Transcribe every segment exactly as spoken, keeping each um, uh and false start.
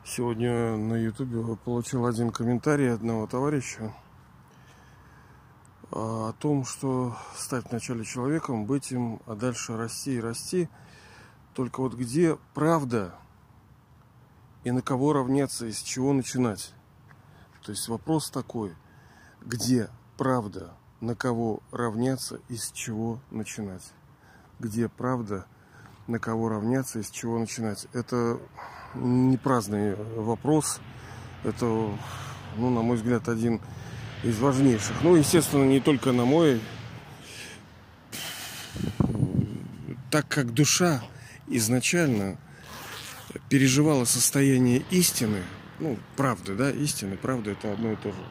Сегодня на ютубе получил один комментарий одного товарища о том, что стать вначале человеком, быть им, а дальше расти и расти. Только вот где правда и на кого равняться, и с чего начинать? То есть вопрос такой: где правда, на кого равняться и с чего начинать? Где правда, на кого равняться и с чего начинать? Это не праздный вопрос. Это, ну, на мой взгляд, один из важнейших. Ну, естественно, не только на мой. Так как душа изначально переживала состояние истины, ну, правды, да, истины, правда, это одно и то же,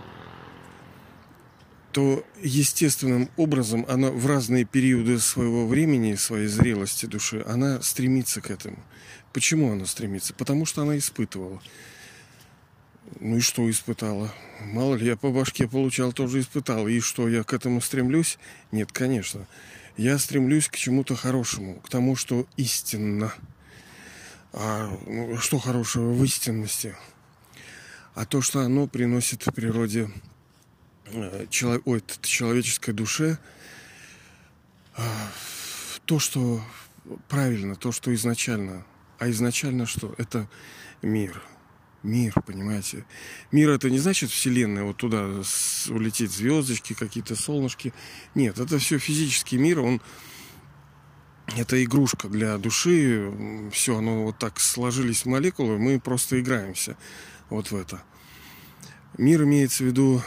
то естественным образом она в разные периоды своего времени, своей зрелости души, она стремится к этому. Почему она стремится? Потому что она испытывала. Ну и что испытала? Мало ли, я по башке получал, тоже испытал. И что, я к этому стремлюсь? Нет, конечно. Я стремлюсь к чему-то хорошему, к тому, что истинно. А ну, что хорошего в истинности? А то, что оно приносит в природе Чело... Ой, человеческой душе, то, что правильно, то, что изначально. А изначально что? Это мир. Мир, понимаете? Мир — это не значит вселенная, вот туда улететь звездочки, какие-то солнышки. Нет, это все физический мир, он... Это игрушка для души. Все, оно вот так сложились молекулы, мы просто играемся вот в это. Мир имеется в виду...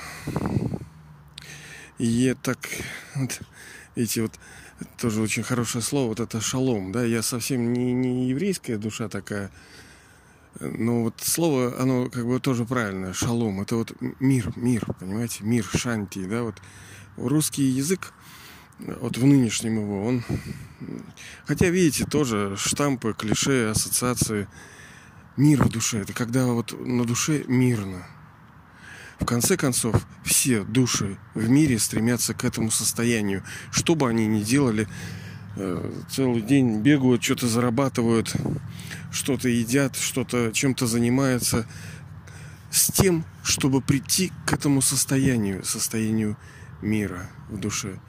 И так, вот, эти вот, тоже очень хорошее слово, вот это шалом, да, я совсем не, не еврейская душа такая, но вот слово, оно как бы тоже правильное, шалом, это вот мир, мир, понимаете, мир, шанти, да, вот русский язык, вот в нынешнем его, он, хотя, видите, тоже штампы, клише, ассоциации, мир в душе, это когда вот на душе мирно. В конце концов, все души в мире стремятся к этому состоянию. Что бы они ни делали, целый день бегают, что-то зарабатывают, что-то едят, что-то чем-то занимаются, с тем, чтобы прийти к этому состоянию, состоянию мира в душе.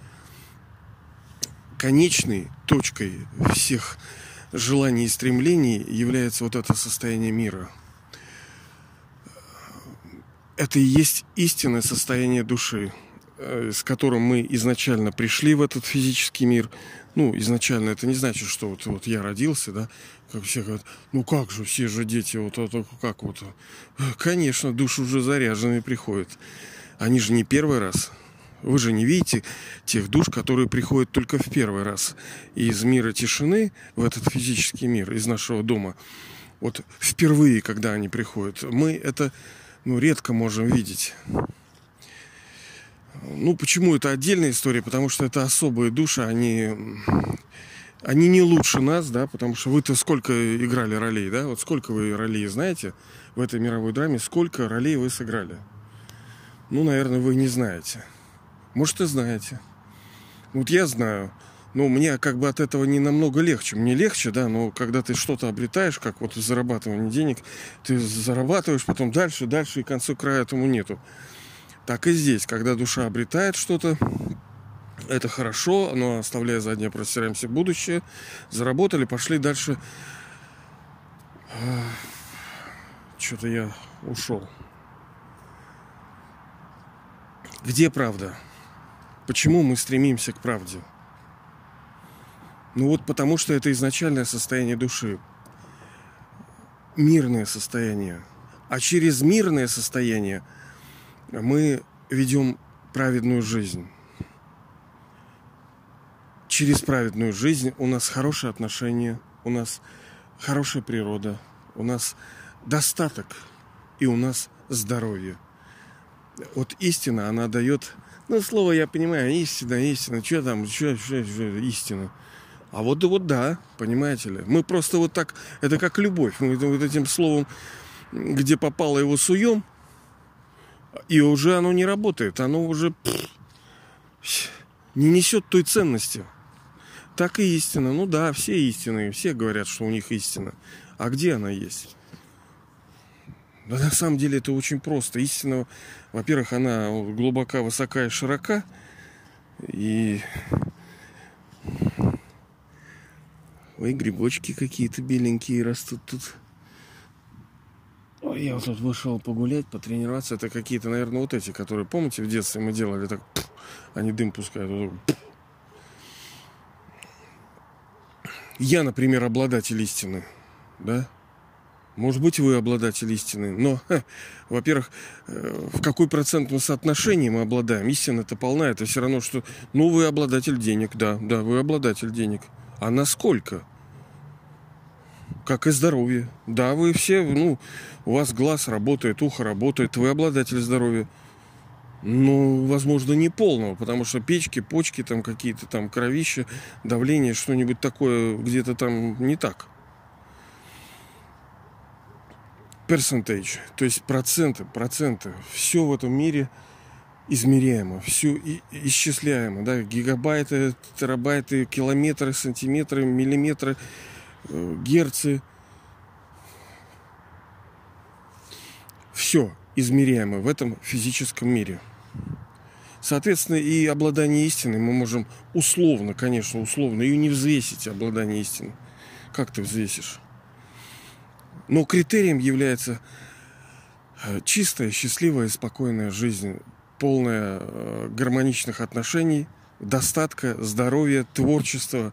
Конечной точкой всех желаний и стремлений является вот это состояние мира. Это и есть истинное состояние души, с которым мы изначально пришли в этот физический мир. Ну, изначально это не значит, что вот, вот я родился, да, как все говорят, ну как же, все же дети, вот это как вот. Конечно, души уже заряженные приходят. Они же не первый раз. Вы же не видите тех душ, которые приходят только в первый раз из мира тишины в этот физический мир, из нашего дома. Вот впервые, когда они приходят, мы это... Ну, редко можем видеть. Ну, почему это отдельная история? Потому что это особые души, они, они не лучше нас, да, потому что вы-то сколько играли ролей, да? Вот сколько вы ролей знаете в этой мировой драме, сколько ролей вы сыграли? Ну, наверное, вы не знаете. Может, и знаете. Вот я знаю. Ну, мне как бы от этого не намного легче. Мне легче, да, но когда ты что-то обретаешь, как вот зарабатывание денег, ты зарабатываешь, потом дальше, дальше, и концу края этому нету. Так и здесь, когда душа обретает что-то, это хорошо, но оставляя заднее, простираемся в будущее, заработали, пошли дальше. Что-то я ушел. Где правда? Почему мы стремимся к правде? Ну вот потому что это изначальное состояние души. Мирное состояние. А через мирное состояние мы ведем праведную жизнь. Через праведную жизнь у нас хорошие отношения, у нас хорошая природа, у нас достаток и у нас здоровье. Вот истина, она дает... Ну, слово я понимаю, истина, истина, что там, что, что, что, истина. А вот, вот да, понимаете ли. Мы просто вот так, это как любовь. Мы вот этим словом, где попало, его суем, и уже оно не работает. Оно уже пфф, не несет той ценности. Так и истина. Ну да, все истинные, все говорят, что у них истина. А где она есть? Да на самом деле это очень просто. Истина, во-первых, она глубока, высока и широка. И... Ой, грибочки какие-то беленькие растут тут. Ой, я вот тут вышел погулять, потренироваться. Это какие-то, наверное, вот эти, которые, помните, в детстве мы делали так, они дым пускают. Вот так. Я, например, обладатель истины, да? Может быть, вы обладатель истины, но, во-первых, в какой процентном соотношении мы обладаем? Истина-то полна, это все равно, что, ну, вы обладатель денег, да, да, вы обладатель денег. А насколько? Как и здоровье. Да, вы все, ну, у вас глаз работает, ухо работает, вы обладатель здоровья. Ну, возможно, не полного, потому что печки, почки, там какие-то там кровища, давление, что-нибудь такое где-то там не так. Percentage, то есть проценты, проценты. Все в этом мире измеряемо, все исчисляемо, да, гигабайты, терабайты, километры, сантиметры, миллиметры, герцы. Все измеряемо в этом физическом мире. Соответственно, и обладание истиной мы можем условно, конечно, условно, ее не взвесить, обладание истиной. Как ты взвесишь? Но критерием является чистая, счастливая и спокойная жизнь, полная гармоничных отношений, достатка, здоровья, творчества.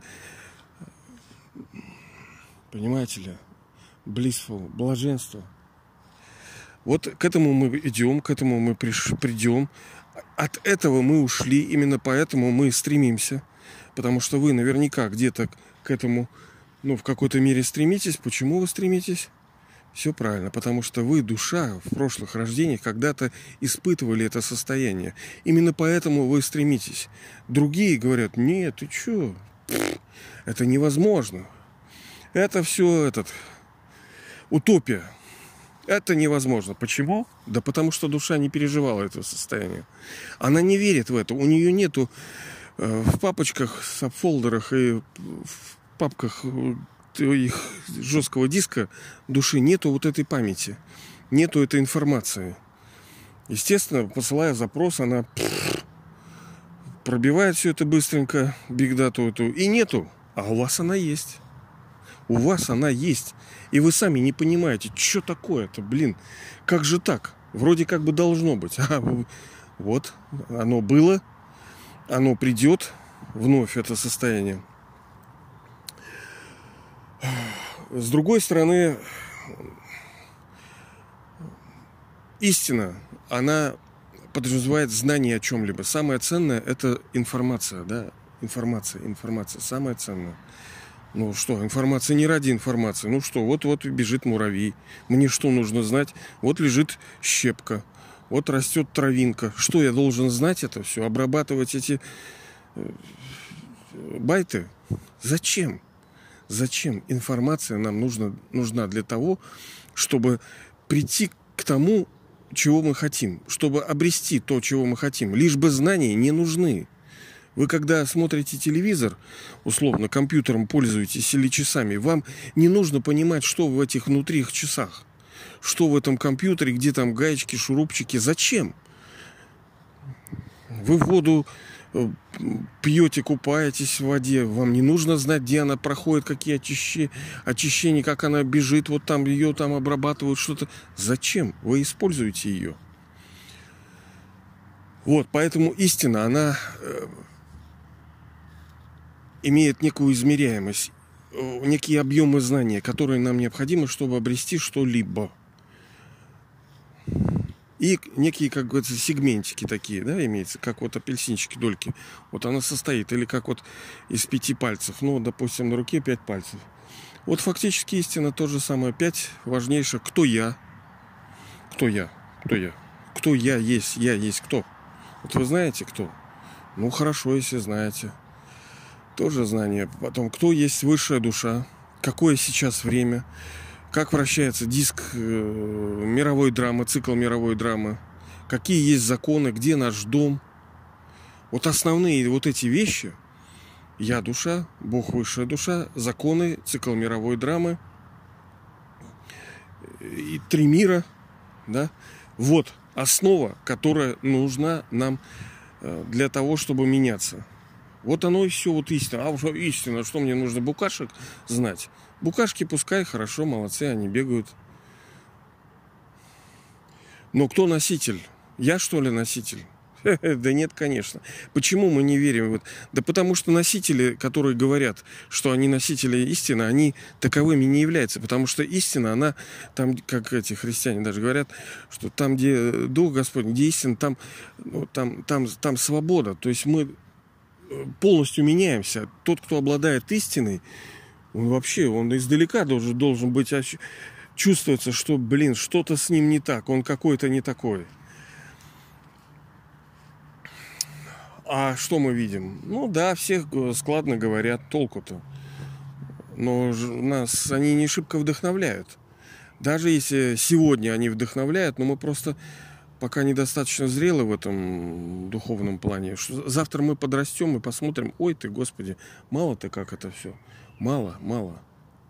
Понимаете ли? Blissful, блаженство. Вот к этому мы идем, к этому мы приш, придем. От этого мы ушли, именно поэтому мы стремимся. Потому что вы наверняка где-то к этому, ну, в какой-то мере стремитесь. Почему вы стремитесь? Все правильно, потому что вы, душа, в прошлых рождениях когда-то испытывали это состояние. Именно поэтому вы стремитесь. Другие говорят: нет, ты чё? Это невозможно. Это все этот, утопия. Это невозможно. Почему? Да потому что душа не переживала этого состояния. Она не верит в это. У нее нету э, в папочках, сабфолдерах и в папках их жесткого диска души нету вот этой памяти, нету этой информации. Естественно, посылая запрос, она пробивает все это быстренько, бигдату эту, и нету. А у вас она есть. У вас она есть. И вы сами не понимаете, что такое-то, блин. Как же так? Вроде как бы должно быть. А вот, оно было, оно придет вновь, это состояние. С другой стороны, истина, она подразумевает знание о чем-либо. Самое ценное – это информация, да, информация, информация, самое ценное. Ну что, информация не ради информации. Ну что, вот-вот бежит муравей. Мне что нужно знать? Вот лежит щепка, вот растет травинка. Что я должен знать это все? Обрабатывать эти байты? Зачем? Зачем? Информация нам нужна, нужна для того, чтобы прийти к тому, чего мы хотим, чтобы обрести то, чего мы хотим. Лишь бы знания не нужны. Вы когда смотрите телевизор, условно, компьютером пользуетесь или часами, вам не нужно понимать, что в этих внутри часах, что в этом компьютере, где там гаечки, шурупчики. Зачем? Вы воду пьете, купаетесь в воде, вам не нужно знать, где она проходит, какие очищения, очищения, как она бежит, вот там ее там обрабатывают, что-то. Зачем? Вы используете ее. Вот, поэтому истина, она э, имеет некую измеряемость, э, некие объемы знания, которые нам необходимы, чтобы обрести что-либо. И некие, как говорится, сегментики такие, да, имеются, как вот апельсинчики, дольки. Вот она состоит, или как вот из пяти пальцев. Ну, допустим, на руке пять пальцев. Вот фактически истина то же самое. Пять важнейших. Кто я? Кто я? Кто я? Кто я есть? Я есть кто? Вот вы знаете, кто? Ну, хорошо, если знаете. Тоже знание. Потом, кто есть высшая душа? Какое сейчас время? Как вращается диск э, мировой драмы, цикл мировой драмы? Какие есть законы? Где наш дом? Вот основные вот эти вещи. Я душа, Бог высшая душа, законы, цикл мировой драмы и три мира. да? Вот основа, которая нужна нам для того, чтобы меняться. Вот оно и все, вот истина. А уже истина, что мне нужно букашек знать? Букашки пускай, хорошо, молодцы, они бегают. Но кто носитель? Я, что ли, носитель? Да нет, конечно. Почему мы не верим? Да потому что носители, которые говорят, что они носители истины, они таковыми не являются. Потому что истина, она там, как эти христиане даже говорят, что там, где Дух Господень, где истина, там, ну, там, там, там свобода. То есть мы полностью меняемся. Тот, кто обладает истиной, он вообще, он издалека должен, должен быть, чувствуется, что, блин, что-то с ним не так, он какой-то не такой. А что мы видим? Ну да, всех складно говорят, толку-то. Но нас они не шибко вдохновляют. Даже если сегодня они вдохновляют, но мы просто пока недостаточно зрелы в этом духовном плане. Завтра мы подрастем и посмотрим, ой ты, Господи, мало-то как это все. Мало, мало.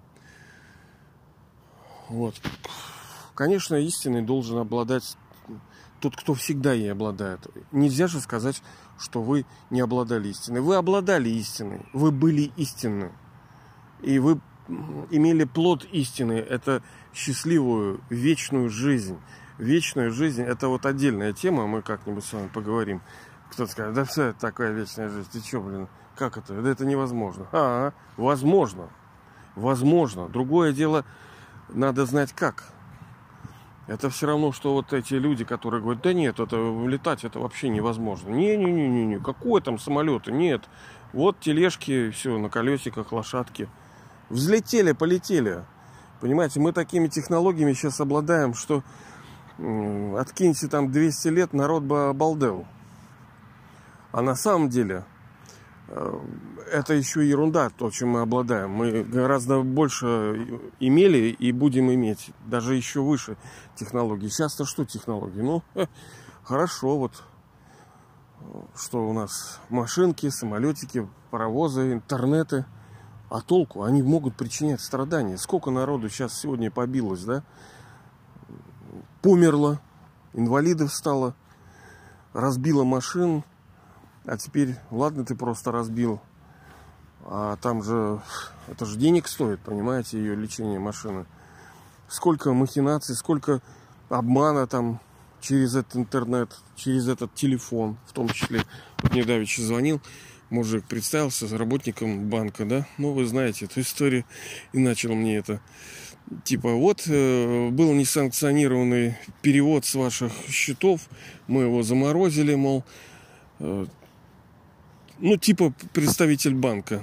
Вот. Конечно, истиной должен обладать тот, кто всегда ей обладает. Нельзя же сказать, что вы не обладали истиной. Вы обладали истиной. Вы были истинны. И вы имели плод истины. Это счастливую, вечную жизнь. Вечная жизнь – это вот отдельная тема. Мы как-нибудь с вами поговорим. Кто-то скажет, да все, это такая вечная жизнь. Ты что, блин, как это? Да это невозможно. А, возможно. Возможно. Другое дело, надо знать как. Это все равно, что вот эти люди, которые говорят, да нет, это летать это вообще невозможно. Не-не-не-не, какое там самолеты? Нет. Вот тележки, все, на колесиках, лошадки. Взлетели, полетели. Понимаете, мы такими технологиями сейчас обладаем, что м- откиньте там двести лет, народ бы обалдел. А на самом деле э- это еще ерунда, то, чем мы обладаем. Мы гораздо больше имели и будем иметь. Даже еще выше технологий. Сейчас-то что технологии? Ну, э- хорошо, вот. Что у нас? Машинки, самолетики, паровозы, интернеты. А толку? Они могут причинять страдания. Сколько народу сейчас сегодня побилось, да? Померло, инвалидов стало, разбило машин. А теперь, ладно, ты просто разбил. А там же, это же денег стоит, понимаете, ее лечение машины. Сколько махинаций, сколько обмана там через этот интернет, через этот телефон, в том числе. Вот мне давеча звонил мужик, представился работником банка, да, ну вы знаете эту историю, и начал мне это, типа, вот э, был несанкционированный перевод с ваших счетов, мы его заморозили, мол, э, ну типа представитель банка.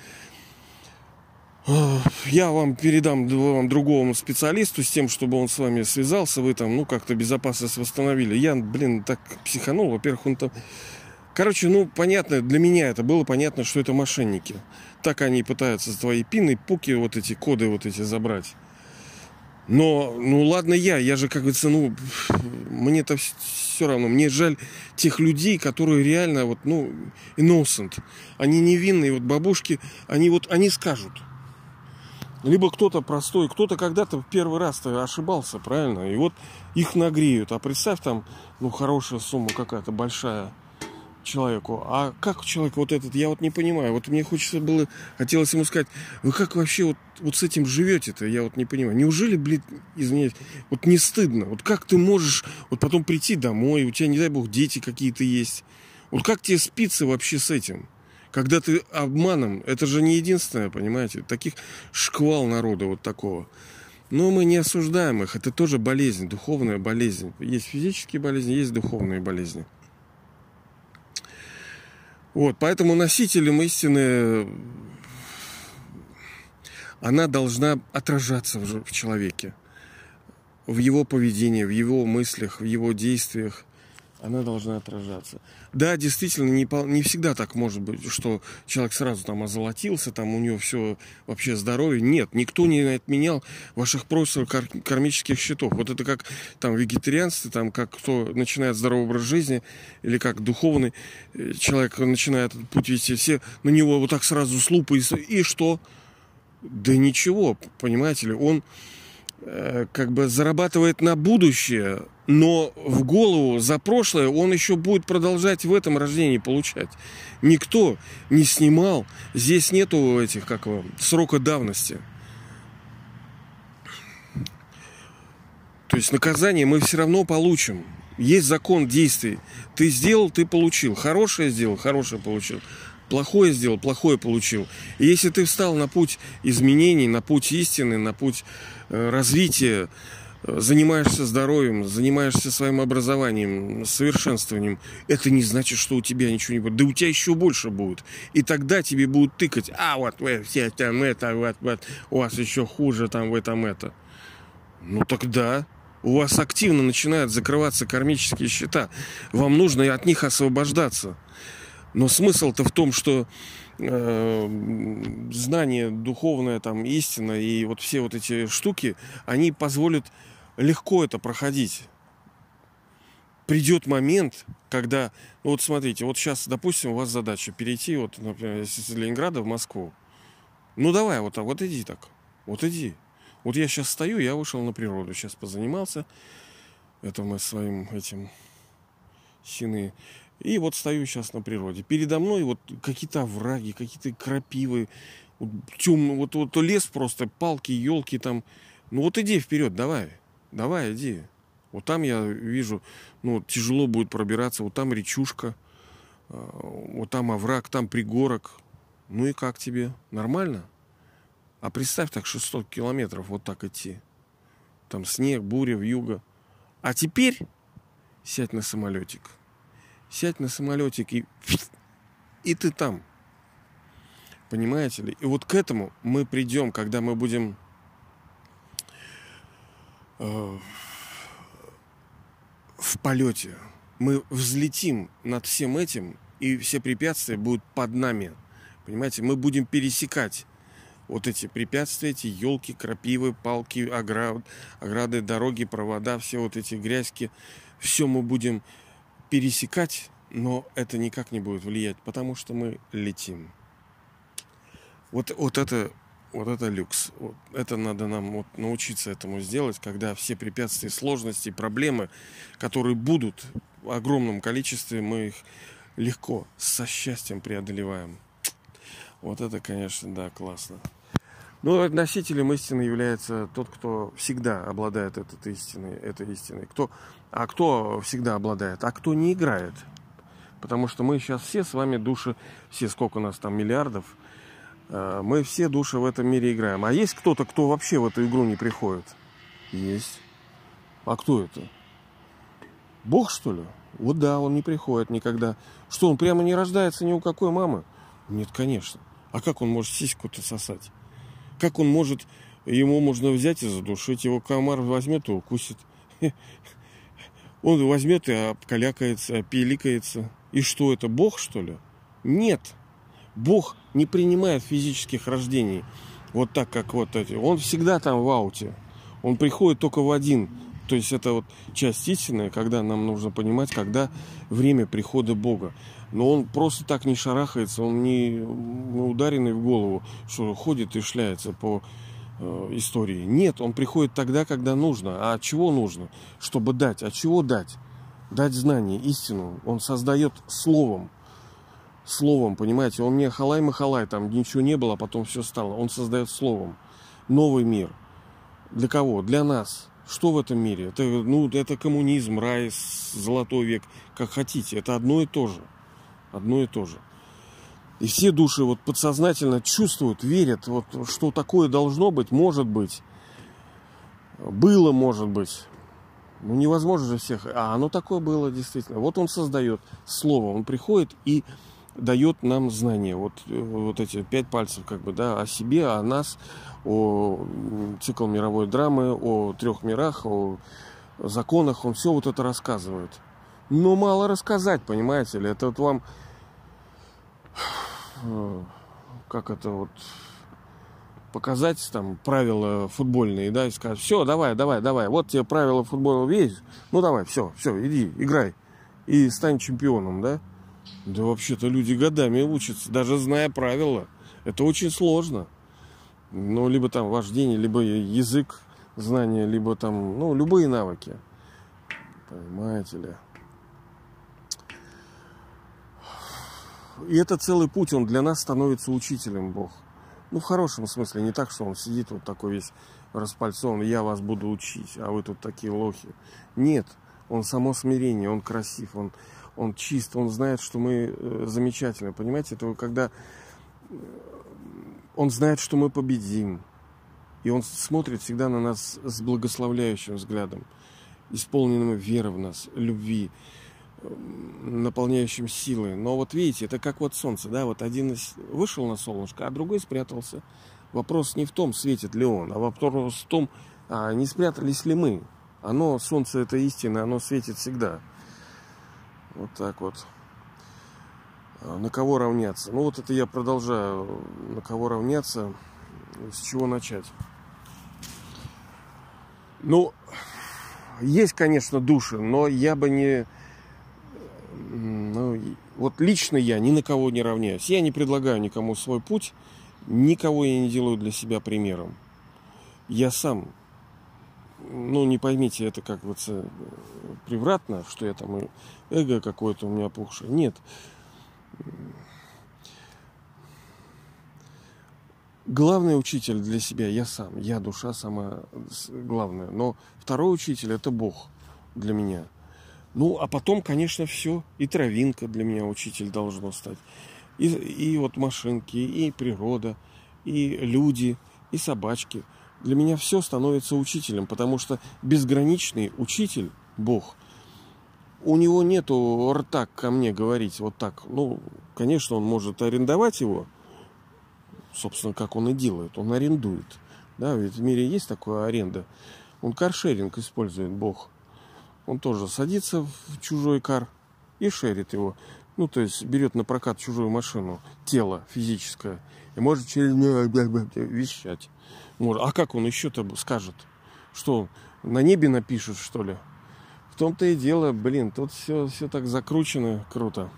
Я вам передам вам другому специалисту с тем, чтобы он с вами связался, вы там, ну, как-то безопасность восстановили. Я, блин, так психанул, во-первых, он там... Короче, ну, понятно, для меня это было понятно, что это мошенники. Так они пытаются твои пины, пуки, вот эти коды вот эти забрать. Но, ну, ладно я, я же, как говорится, ну, мне-то все равно. Мне жаль тех людей, которые реально, вот, ну, innocent. Они невинные, вот бабушки, они вот, они скажут. Либо кто-то простой, кто-то когда-то в первый раз-то ошибался, правильно? И вот их нагреют. А представь там, ну, хорошая сумма какая-то, большая человеку. А как человек вот этот, я вот не понимаю. Вот мне хочется было, хотелось ему сказать, вы как вообще вот, вот с этим живете-то? Я вот не понимаю. Неужели, блин, извиняюсь, вот не стыдно? Вот как ты можешь вот потом прийти домой, у тебя, не дай бог, дети какие-то есть. Вот как тебе спится вообще с этим? Когда ты обманом, это же не единственное, понимаете? Таких шквал народа вот такого. Но мы не осуждаем их. Это тоже болезнь, духовная болезнь. Есть физические болезни, есть духовные болезни. Вот, поэтому носителем истины, она должна отражаться в, в человеке. В его поведении, в его мыслях, в его действиях. Она должна отражаться. Да, действительно, не, не всегда так может быть, что человек сразу там озолотился, там у него все вообще здоровье. Нет, никто не отменял ваших прошлых кармических счетов. Вот это как там вегетарианство, там как кто начинает здоровый образ жизни, или как духовный человек начинает этот путь вести, все на него вот так сразу с лупой, и что? Да ничего, понимаете ли, он э, как бы зарабатывает на будущее, но в голову за прошлое он еще будет продолжать в этом рождении получать. Никто не снимал. Здесь нету этих, как его, срока давности. То есть наказание мы все равно получим. Есть закон действий. Ты сделал, ты получил. Хорошее сделал, хорошее получил. Плохое сделал, плохое получил. И если ты встал на путь изменений, на путь истины, на путь э, развития, э, занимаешься здоровьем, занимаешься своим образованием, совершенствованием, это не значит, что у тебя ничего не будет. Да у тебя еще больше будет. И тогда тебе будут тыкать: а вот вы все там это, вот, вот, у вас еще хуже там в этом это. Ну тогда у вас активно начинают закрываться кармические счета. Вам нужно от них освобождаться. Но смысл-то в том, что э, знание, духовная там истина и вот все вот эти штуки, они позволят легко это проходить. Придет момент, когда, ну вот смотрите, вот сейчас, допустим, у вас задача перейти, вот, например, из Ленинграда в Москву. Ну давай, вот, вот иди так, вот иди. Вот я сейчас стою, я вышел на природу, сейчас позанимался. Это мы своим этим сины. И вот стою сейчас на природе. Передо мной вот какие-то овраги, какие-то крапивы, вот, темный, вот, вот лес просто, палки, елки там. Ну вот иди вперед, давай, давай, иди. Вот там я вижу, ну тяжело будет пробираться, вот там речушка, вот там овраг, там пригорок. Ну и как тебе? Нормально? А представь так шестьсот километров вот так идти. Там снег, буря, вьюга. А теперь сядь на самолетик. Сядь на самолетик и, и ты там. Понимаете ли? И вот к этому мы придем, когда мы будем э, в полете. Мы взлетим над всем этим, и все препятствия будут под нами. Понимаете? Мы будем пересекать вот эти препятствия, эти елки, крапивы, палки, оград, ограды, дороги, провода, все вот эти грязьки. Все мы будем пересекать, но это никак не будет влиять, потому что мы летим. Вот, вот, это, вот это люкс. Вот это надо нам вот научиться этому сделать, когда все препятствия, сложности, проблемы, которые будут в огромном количестве, мы их легко, со счастьем преодолеваем. Вот это, конечно, да, классно. Но носителем истины является тот, кто всегда обладает этой истиной, этой истиной. Кто, а кто всегда обладает? А кто не играет? Потому что мы сейчас все с вами души, все, сколько у нас там миллиардов, мы все души в этом мире играем. А есть кто-то, кто вообще в эту игру не приходит? Есть. А кто это? Бог, что ли? Вот да, он не приходит никогда. Что, он прямо не рождается ни у какой мамы? Нет, конечно. А как он может сиську-то сосать? Как он может, ему можно взять и задушить, его комар возьмет и укусит. Он возьмет и обкалякается, опиликается. И что это, Бог, что ли? Нет. Бог не принимает физических рождений. Вот так, как вот эти. Он всегда там в ауте. Он приходит только в один. То есть это вот часть истины, когда нам нужно понимать, когда время прихода Бога. Но он просто так не шарахается, он не ударенный в голову, что ходит и шляется по э, истории. Нет, он приходит тогда, когда нужно. А чего нужно? Чтобы дать. А чего дать? Дать знание, истину. Он создает словом. Словом, понимаете? Он не халай-махалай, там ничего не было, а потом все стало. Он создает словом. Новый мир. Для кого? Для нас. Что в этом мире? Это, ну, это коммунизм, рай, золотой век, как хотите. Это одно и то же. Одно и то же. И все души вот подсознательно чувствуют, верят, вот, что такое должно быть, может быть. Было, может быть. Ну, невозможно же всех. А оно такое было, действительно. Вот он создает слово. Он приходит и дает нам знания. Вот, вот эти пять пальцев, как бы, да, о себе, о нас, о цикл мировой драмы, о трех мирах, о законах. Он все вот это рассказывает. Но мало рассказать, понимаете ли. Это вот вам, как это вот, показать там правила футбольные, да, и сказать: все, давай, давай, давай, вот тебе правила футбола, видишь? Ну давай, все, все, иди, играй. И стань чемпионом, да? Да вообще-то люди годами учатся, даже зная правила. Это очень сложно. Ну, либо там вождение, либо язык знания, либо там, ну, любые навыки. Понимаете ли? И это целый путь, он для нас становится учителем, Бог. Ну, в хорошем смысле, не так, что он сидит вот такой весь распальцован, я вас буду учить, а вы тут такие лохи. Нет, он само смирение, он красив, он, он чист, он знает, что мы замечательны. Понимаете, это когда он знает, что мы победим. И он смотрит всегда на нас с благословляющим взглядом, исполненным веры в нас, любви, наполняющим силой. Но вот видите, это как вот солнце, да, вот один вышел на солнышко, а другой спрятался. Вопрос не в том, светит ли он, а вопрос в том, а не спрятались ли мы. Оно, солнце, это истина, оно светит всегда. Вот так вот. На кого равняться? Ну вот это я продолжаю. На кого равняться? С чего начать? Ну, есть, конечно, души, но я бы не... Ну, вот лично я ни на кого не равняюсь. Я не предлагаю никому свой путь, никого я не делаю для себя примером. Я сам, ну, не поймите, это как вот превратно, что я там эго какое-то у меня опухшее. Нет. Главный учитель для себя я сам. Я, душа, самая главная. Но второй учитель — это Бог для меня. Ну, а потом, конечно, все. И травинка для меня учитель должно стать. И, и вот машинки, и природа, и люди, и собачки. Для меня все становится учителем, потому что безграничный учитель, Бог, у него нету рта ко мне говорить вот так. Ну, конечно, он может арендовать его, собственно, как он и делает. Он арендует. Да, ведь в мире есть такая аренда. Он каршеринг использует, Бог. Он тоже садится в чужой кар и шерит его. Ну, то есть берет на прокат чужую машину, тело физическое, и может через вещать. Может. А как он еще-то скажет? Что, на небе напишет, что ли? В том-то и дело, блин, тут все, все так закручено круто.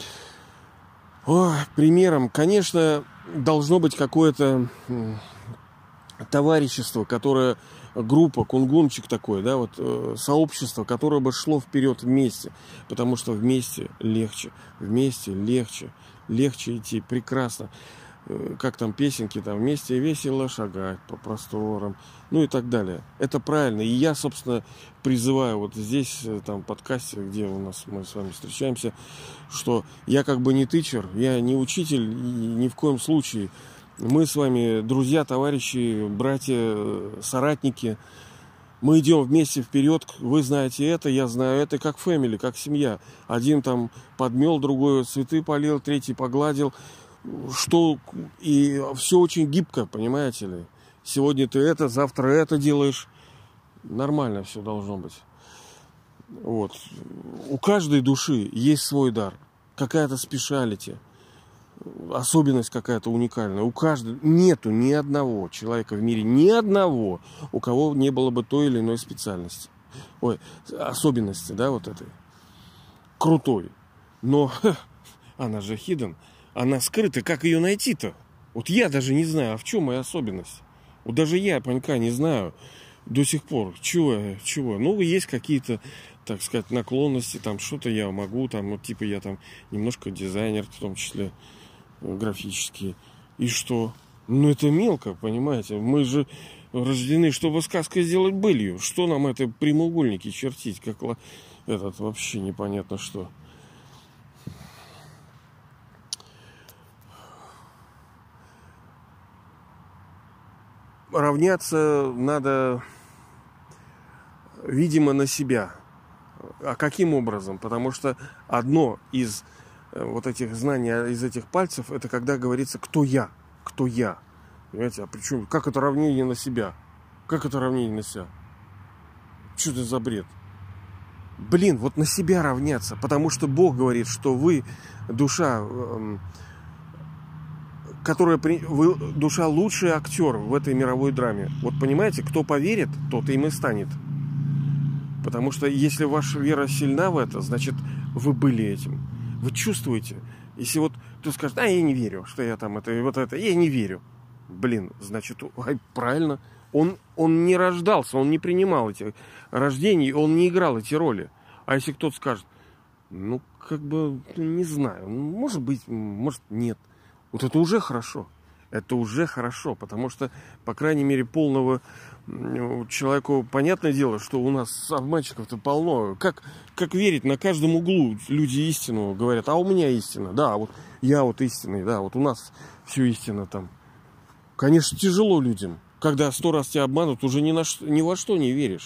О, примером, конечно, должно быть какое-то товарищество, которое... группа, кунгунчик такой, да, вот э, сообщество, которое бы шло вперед вместе, потому что вместе легче, вместе легче, легче идти, прекрасно. Э, как там песенки, там вместе весело шагать по просторам, ну и так далее. Это правильно. И я, собственно, призываю вот здесь, там, в подкасте, где у нас мы с вами встречаемся, что я как бы не тычер, я не учитель, и ни в коем случае. Мы с вами друзья, товарищи, братья, соратники. Мы идем вместе вперед. Вы знаете это, я знаю это, как фэмили, как семья. Один там подмел, другой цветы полил, третий погладил. Что... И все очень гибко, понимаете ли. Сегодня ты это, завтра это делаешь. Нормально все должно быть. Вот. У каждой души есть свой дар. Какая-то спешалити. Особенность какая-то уникальная. У каждого нету ни одного человека в мире, ни одного, у кого не было бы той или иной специальности. Ой, особенности, да, вот этой. Крутой. Но ха, она же hidden, она скрыта. Как ее найти-то? Вот я даже не знаю, а в чем моя особенность? Вот даже я, Панька, не знаю до сих пор, чего, чего. Ну, есть какие-то, так сказать, наклонности, там что-то я могу, там, вот типа я там немножко дизайнер, в том числе графические. И что? Ну, это мелко, понимаете? Мы же рождены, чтобы сказкой сделать былью. Что нам это прямоугольники чертить? Как этот вообще непонятно что. Равняться надо, видимо, на себя. А каким образом? Потому что одно из вот этих знаний, из этих пальцев, это когда говорится «кто я?», «кто я?». Понимаете, а причем, как это равнение на себя? Как это равнение на себя? Что это за бред? Блин, вот на себя равняться, потому что Бог говорит, что вы душа, которая, вы душа лучший актер в этой мировой драме. Вот понимаете, кто поверит, тот им и станет. Потому что если ваша вера сильна в это, значит, вы были этим. Вы чувствуете. Если вот кто скажет, а я не верю, что я там это, вот это, я не верю. Блин, значит, ай, правильно, Он, он не рождался, он не принимал эти рождения, он не играл эти роли. А если кто-то скажет, ну, как бы, не знаю, может быть, может, нет. Вот это уже хорошо. Это уже хорошо, потому что, по крайней мере, полного человеку понятное дело, что у нас обманщиков-то полно. Как, как верить на каждом углу люди истину говорят, а у меня истина, да, вот я вот истинный, да, вот у нас все истина там. Конечно, тяжело людям, когда сто раз тебя обманут, уже ни, на что, ни во что не веришь.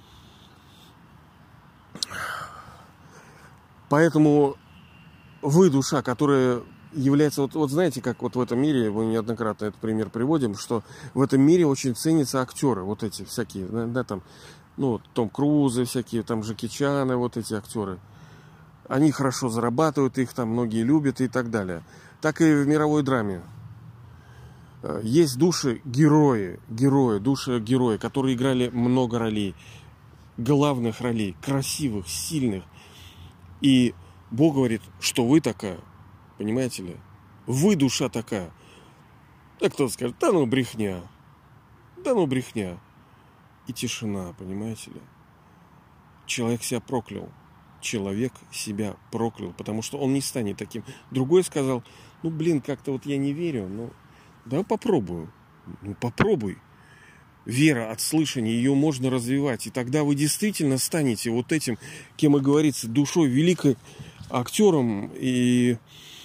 Поэтому вы, душа, которая является, вот, вот знаете, как вот в этом мире, мы неоднократно этот пример приводим, что в этом мире очень ценятся актеры, вот эти всякие, да, да там, ну, Том Крузы всякие, там, Джеки Чаны, вот эти актеры. Они хорошо зарабатывают, их там многие любят и так далее. Так и в мировой драме. Есть души-герои, герои, души-герои, которые играли много ролей, главных ролей, красивых, сильных. И Бог говорит, что вы такая. Понимаете ли? Вы душа такая. А кто-то скажет, да ну брехня. Да ну брехня. И тишина, понимаете ли? Человек себя проклял. Человек себя проклял, потому что он не станет таким. Другой сказал, ну блин, как-то вот я не верю, ну давай попробую. Ну попробуй. Вера от слышания, ее можно развивать. И тогда вы действительно станете вот этим, кем и говорится, душой великой, актером и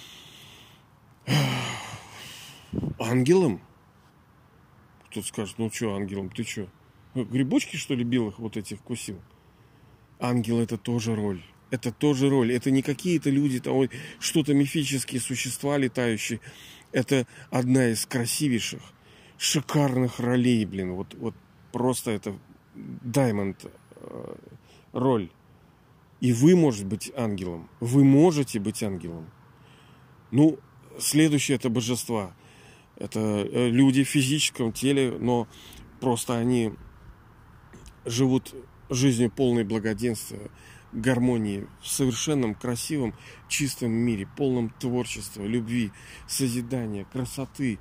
ангелом. Кто-то скажет, ну что ангелом, ты что? Грибочки, что ли, белых вот этих кусил? Ангел — это тоже роль. Это тоже роль. Это не какие-то люди, там, что-то мифические существа летающие. Это одна из красивейших, шикарных ролей, блин. Вот, вот просто это даймонд э, роль. И вы можете быть ангелом. Вы можете быть ангелом. Ну, следующее — это божества. Это люди в физическом теле, но просто они живут жизнью полной благоденствия, гармонии, в совершенном, красивом, чистом мире, полном творчества, любви, созидания, красоты.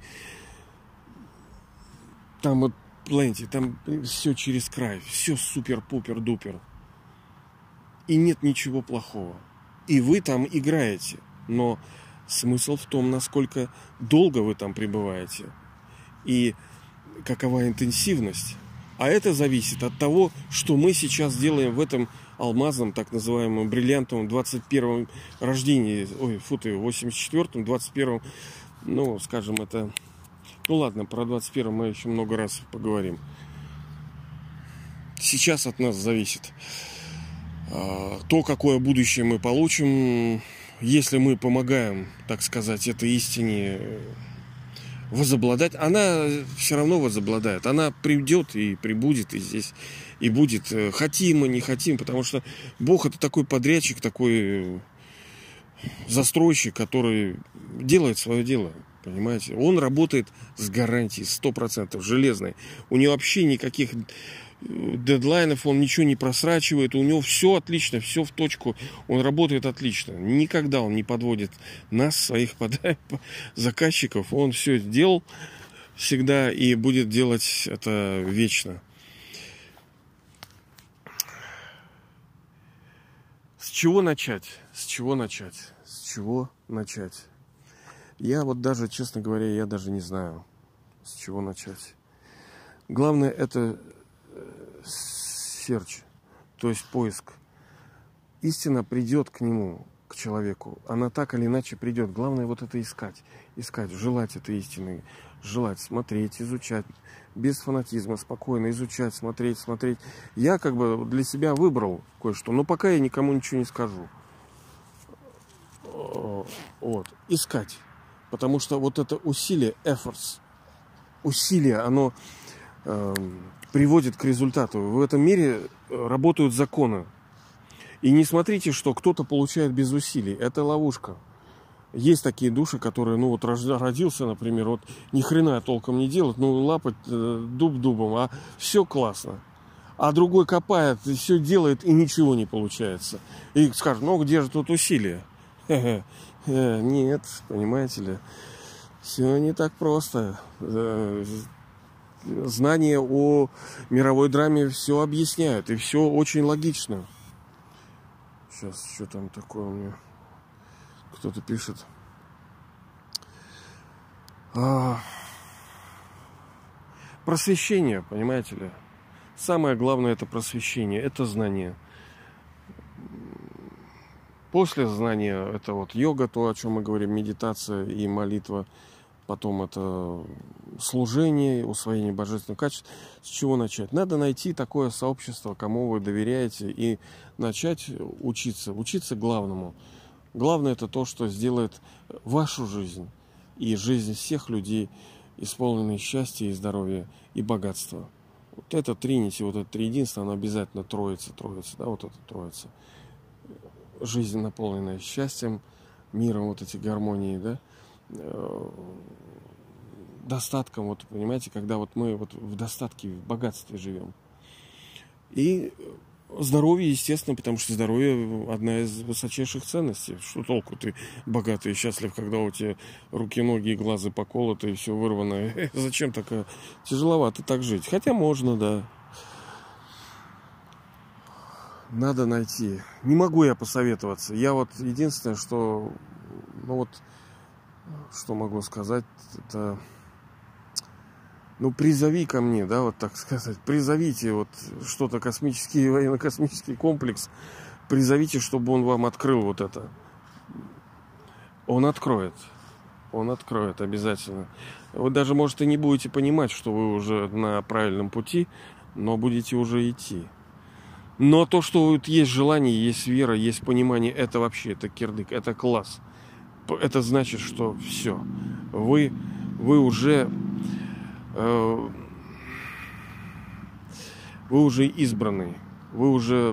Там вот, знаете, там все через край, все супер-пупер-дупер. И нет ничего плохого. И вы там играете, но смысл в том, насколько долго вы там пребываете и какова интенсивность. А это зависит от того, что мы сейчас делаем в этом алмазном, так называемом, бриллиантовом двадцать первом рождении. Ой, фу ты, восемьдесят четвёртом, двадцать первом. Ну, скажем, это... Ну ладно, про двадцать первом мы еще много раз поговорим. Сейчас от нас зависит то, какое будущее мы получим, если мы помогаем, так сказать, этой истине возобладать. Она все равно возобладает. Она придет и прибудет, и здесь, и будет. Хотим мы, не хотим, потому что Бог — это такой подрядчик, такой застройщик, который делает свое дело. Понимаете? Он работает с гарантией сто процентов, железной. У него вообще никаких дедлайнов, он ничего не просрачивает, у него все отлично, все в точку, он работает отлично. Никогда он не подводит нас, своих заказчиков. Он все сделал всегда и будет делать это вечно. С чего начать? С чего начать? С чего начать? Я вот даже, честно говоря, я даже не знаю, с чего начать. Главное — это search, то есть поиск. Истина придет к нему, к человеку. Она так или иначе придет. Главное вот это искать. Искать, желать этой истины. Желать, смотреть, изучать. Без фанатизма, спокойно изучать, смотреть, смотреть. Я как бы для себя выбрал кое-что, но пока я никому ничего не скажу. Вот. Искать. Потому что вот это усилие, efforts, усилие, оно э, приводит к результату. В этом мире работают законы. И не смотрите, что кто-то получает без усилий. Это ловушка. Есть такие души, которые, ну вот родился, например, вот ни хрена толком не делает, ну лапать э, дуб дубом, а все классно. А другой копает, и все делает, и ничего не получается. И скажет, ну где же тут усилия? Нет, понимаете ли, все не так просто. знания о мировой драме все объясняют. И все очень логично. Сейчас, что там такое у меня? Кто-то пишет. А... Просвещение, понимаете ли? Самое главное это просвещение, это знание. После знания это вот йога, то, о чем мы говорим, медитация и молитва. Потом это служение, усвоение божественных качеств. С чего начать? Надо найти такое сообщество, кому вы доверяете, и начать учиться. Учиться главному. Главное это то, что сделает вашу жизнь и жизнь всех людей исполненной счастья и здоровья и богатства. Вот это тринити, вот это триединство, оно обязательно троица, троица, да, вот это троица. Жизнь, наполненная счастьем, миром, вот эти гармонии, да, достатком, вот понимаете, когда вот мы вот в достатке, в богатстве живем. И здоровье, естественно, потому что здоровье одна из высочайших ценностей. Что толку ты богатый и счастлив, когда у тебя руки, ноги и глаза поколоты и все вырвано? Зачем такая? Тяжеловато так жить. Хотя можно, да. Надо найти. Не могу я посоветоваться. Я вот единственное, что, ну вот, что могу сказать, это, ну, призови ко мне, да, вот так сказать, призовите вот что-то, космический, военно-космический комплекс, призовите, чтобы он вам открыл вот это. Он откроет. Он откроет обязательно. Вы даже, может, и не будете понимать, что вы уже на правильном пути, но будете уже идти. Но то, что вот есть желание, есть вера, есть понимание, это вообще, это кирдык, это класс. Это значит, что все. Вы, вы уже э, вы уже избранный. Вы уже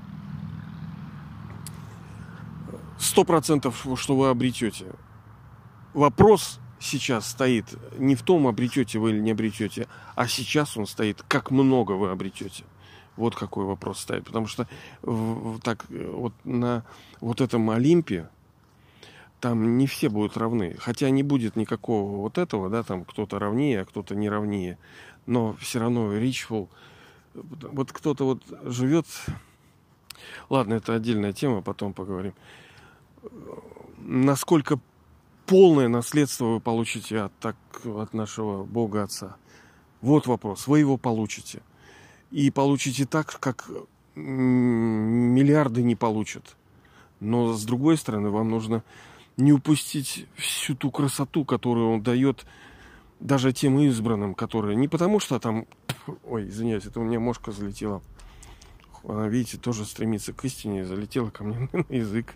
сто процентов, что вы обретете. Вопрос сейчас стоит не в том, обретете вы или не обретете, а сейчас он стоит, как много вы обретете. Вот какой вопрос стоит. Потому что в, так, вот на вот этом Олимпе там не все будут равны. Хотя не будет никакого вот этого, да, там кто-то равнее, а кто-то не равнее. Но все равно ричфул. Вот кто-то вот живет... Ладно, это отдельная тема, потом поговорим. Насколько полное наследство вы получите от, так, от нашего Бога Отца? Вот вопрос. Вы его получите. И получите так, как миллиарды не получат. Но с другой стороны, вам нужно не упустить всю ту красоту, которую он дает даже тем избранным, которые... Не потому что там... Ой, извиняюсь, это у меня мошка залетела. Она, видите, тоже стремится к истине. Залетела ко мне на язык.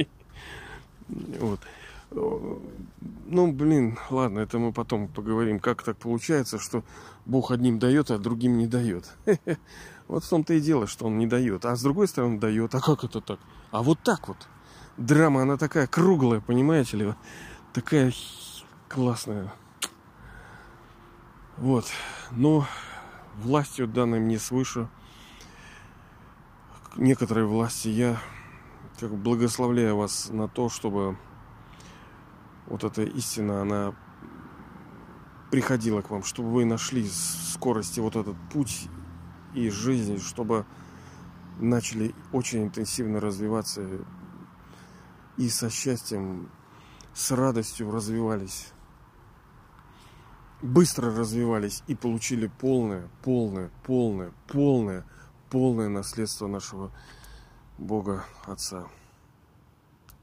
Вот. Ну, блин, ладно, это мы потом поговорим, как так получается, что Бог одним дает, а другим не дает. Вот в том-то и дело, что он не дает. А с другой стороны дает. А как это так? А вот так вот. Драма, она такая круглая, понимаете ли? Такая классная. Вот. Но властью, данной мне свыше, некоторые власти, я как бы благословляю вас на то, чтобы вот эта истина, она приходила к вам, чтобы вы нашли в скорости вот этот путь и жизнь, чтобы начали очень интенсивно развиваться и со счастьем, с радостью развивались, быстро развивались и получили полное, полное, полное, полное, полное наследство нашего Бога Отца.